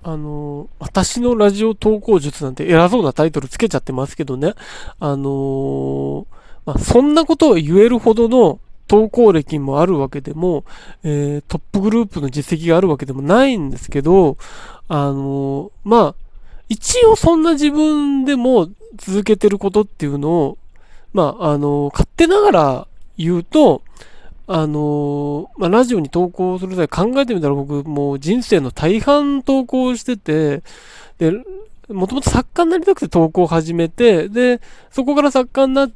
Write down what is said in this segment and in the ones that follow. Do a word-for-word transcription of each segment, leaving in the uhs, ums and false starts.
あの、私のラジオ投稿術なんて偉そうなタイトルつけちゃってますけどね。あのーまあ、そんなことを言えるほどの投稿歴もあるわけでも、えートップグループの実績があるわけでもないんですけど、あのーまあ、一応そんな自分でも続けてることっていうのを、まあ、あのー勝手ながら言うと、あのーまあ、ラジオに投稿する際考えてみたら僕もう人生の大半投稿してて、で、もともと作家になりたくて投稿を始めて、で、そこから作家になって、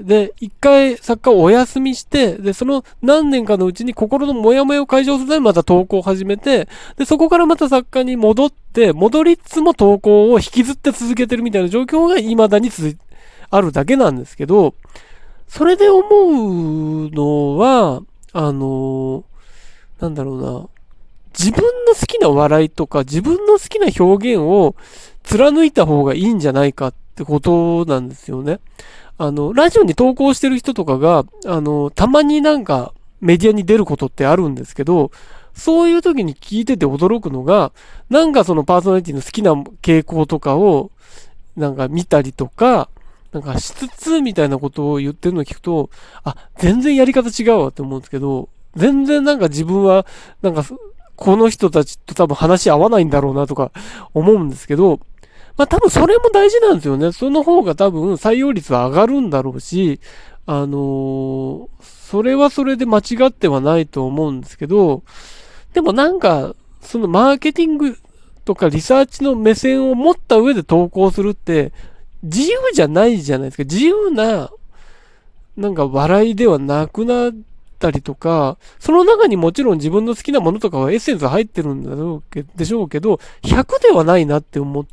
で、一回作家をお休みして、で、その何年かのうちに心のモヤモヤを解消するためにまた投稿を始めて、で、そこからまた作家に戻って、戻りつつも投稿を引きずって続けてるみたいな状況が未だに続いあるだけなんですけど、それで思うのは、あの、なんだろうな。自分の好きな笑いとか、自分の好きな表現を貫いた方がいいんじゃないかってことなんですよね。あの、ラジオに投稿してる人とかが、あの、たまになんかメディアに出ることってあるんですけど、そういう時に聞いてて驚くのが、なんかそのパーソナリティの好きな傾向とかを、なんか見たりとか、なんかしつつみたいなことを言ってるのを聞くと、あ、全然やり方違うわって思うんですけど、全然なんか自分は、なんか、この人たちと多分話合わないんだろうなとか思うんですけど、まあ多分それも大事なんですよね。その方が多分採用率は上がるんだろうし、あのーそれはそれで間違ってはないと思うんですけど、でもなんか、そのマーケティングとかリサーチの目線を持った上で投稿するって、自由じゃないじゃないですか。自由な、なんか笑いではなくなったりとか、その中にもちろん自分の好きなものとかはエッセンス入ってるんだろうけでしょうけど、ひゃくではないなって思って、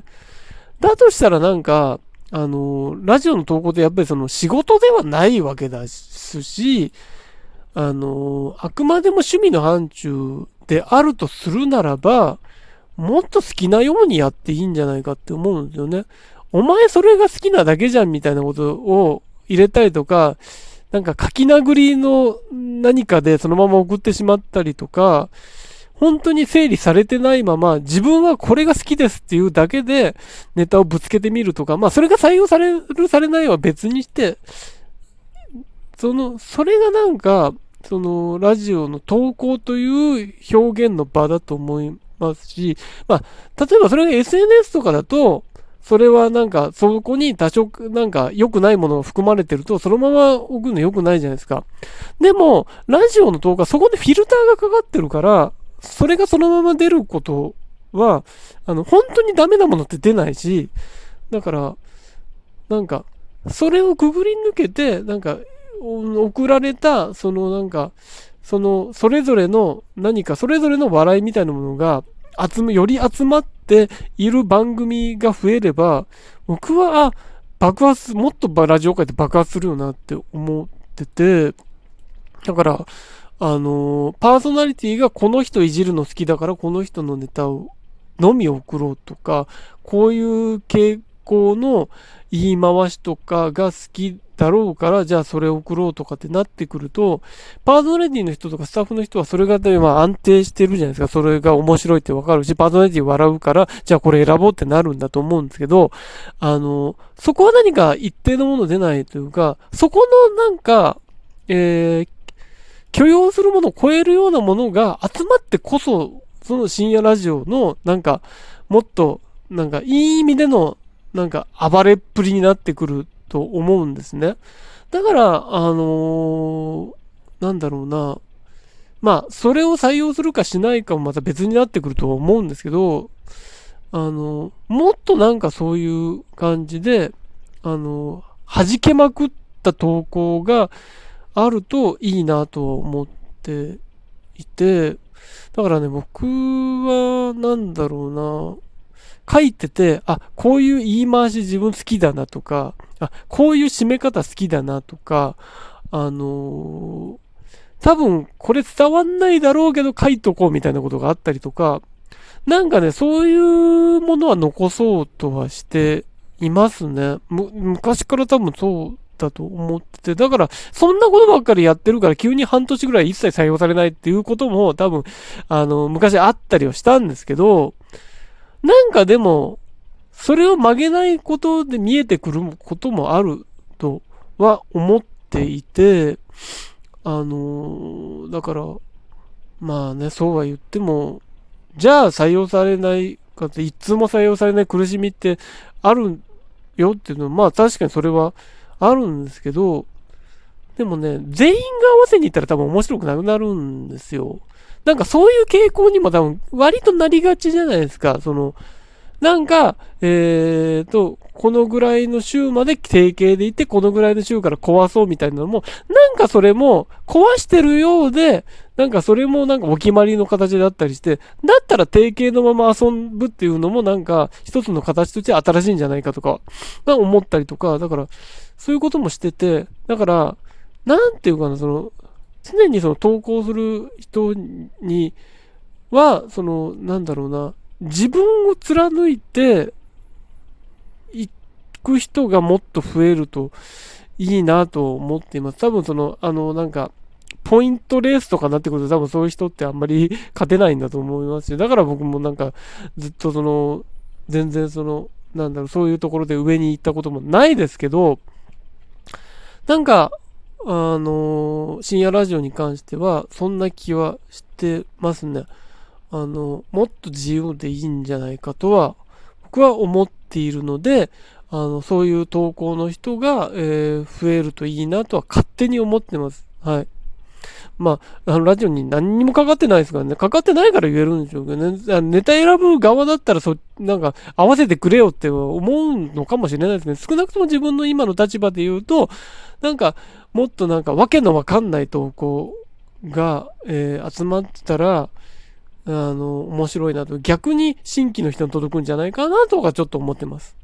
だとしたらなんか、あの、ラジオの投稿ってやっぱりその仕事ではないわけだし、あの、あくまでも趣味の範疇であるとするならば、もっと好きなようにやっていいんじゃないかって思うんですよね。お前それが好きなだけじゃんみたいなことを入れたりとか、なんか書き殴りの何かでそのまま送ってしまったりとか、本当に整理されてないまま、自分はこれが好きですっていうだけでネタをぶつけてみるとか、まあそれが採用されるされないは別にして、その、それがなんか、その、ラジオの投稿という表現の場だと思いますし、まあ、例えばそれが エスエヌエス とかだと、それはなんか、そこに多色、なんか良くないものが含まれてると、そのまま置くの良くないじゃないですか。でも、ラジオの投稿はそこでフィルターがかかってるから、それがそのまま出ることは、あの、本当にダメなものって出ないし、だから、なんか、それをくぐり抜けて、なんか、送られた、そのなんか、その、それぞれの何か、それぞれの笑いみたいなものが、集め、より集まっている番組が増えれば、僕は、あ、爆発、もっとラジオ界って爆発するよなって思ってて、だから、あのーパーソナリティがこの人いじるの好きだから、この人のネタを、のみ送ろうとか、こういう傾向の言い回しとかが好きだろうから、じゃあそれを送ろうとかってなってくると、パーソナリティの人とかスタッフの人はそれがまあ安定してるじゃないですか。それが面白いってわかるし、パーソナリティ笑うから、じゃあこれ選ぼうってなるんだと思うんですけど、あの、そこは何か一定のもの出ないというか、そこのなんか、えー、許容するものを超えるようなものが集まってこそ、その深夜ラジオの、なんか、もっと、なんか、いい意味での、なんか、暴れっぷりになってくると思うんですね。だから、あのーなんだろうな。まあ、それを採用するかしないかもまた別になってくると思うんですけど、あの、もっとなんかそういう感じで、あの、弾けまくった投稿があるといいなと思っていて、だからね、僕は、なんだろうな、書いてて、あ、こういう言い回し自分好きだなとか、あ、こういう締め方好きだなとか、あのー多分これ伝わんないだろうけど書いとこうみたいなことがあったりとか、なんかね、そういうものは残そうとはしていますね。む昔から多分そうだと思ってて、だから、そんなことばっかりやってるから、急に半年ぐらい一切採用されないっていうことも多分、あの、昔あったりはしたんですけど、 なんかでも、それを曲げないことで見えてくることもあるとは思っていて、あのーだから、まあね、そうは言っても、じゃあ採用されないかって、一通も採用されない苦しみってあるよっていうのは、まあ確かにそれはあるんですけど、でもね、全員が合わせに行ったら多分面白くなくなるんですよ。なんかそういう傾向にも多分割となりがちじゃないですか。その、なんか、えーと、このぐらいの週まで定型でいて、このぐらいの週から壊そうみたいなのも、なんかそれも壊してるようで、なんかそれもなんかお決まりの形だったりして、だったら定型のまま遊ぶっていうのもなんか一つの形として新しいんじゃないかとか、が思ったりとか、だからそういうこともしてて、だから、なんていうかな、その、常にその投稿する人には、その、なんだろうな、自分を貫いていく人がもっと増えるといいなと思っています。多分その、あの、なんか、ポイントレースとかになってくると多分そういう人ってあんまり勝てないんだと思いますし、だから僕もなんかずっとその、全然その、なんだろう、そういうところで上に行ったこともないですけど、なんか、あの深夜ラジオに関しては、そんな気はしてますね。あの、もっと自由でいいんじゃないかとは、僕は思っているので、あの、そういう投稿の人が、えー増えるといいなとは勝手に思ってます。はい。まあ、あの、ラジオに何にもかかってないですからね。かかってないから言えるんでしょうけどね。あネタ選ぶ側だったら、そ、なんか、合わせてくれよって思うのかもしれないですね。少なくとも自分の今の立場で言うと、なんか、もっとなんか、わけのわかんない投稿が、えー集まってたら、あの、面白いなと。逆に新規の人に届くんじゃないかなとかちょっと思ってます。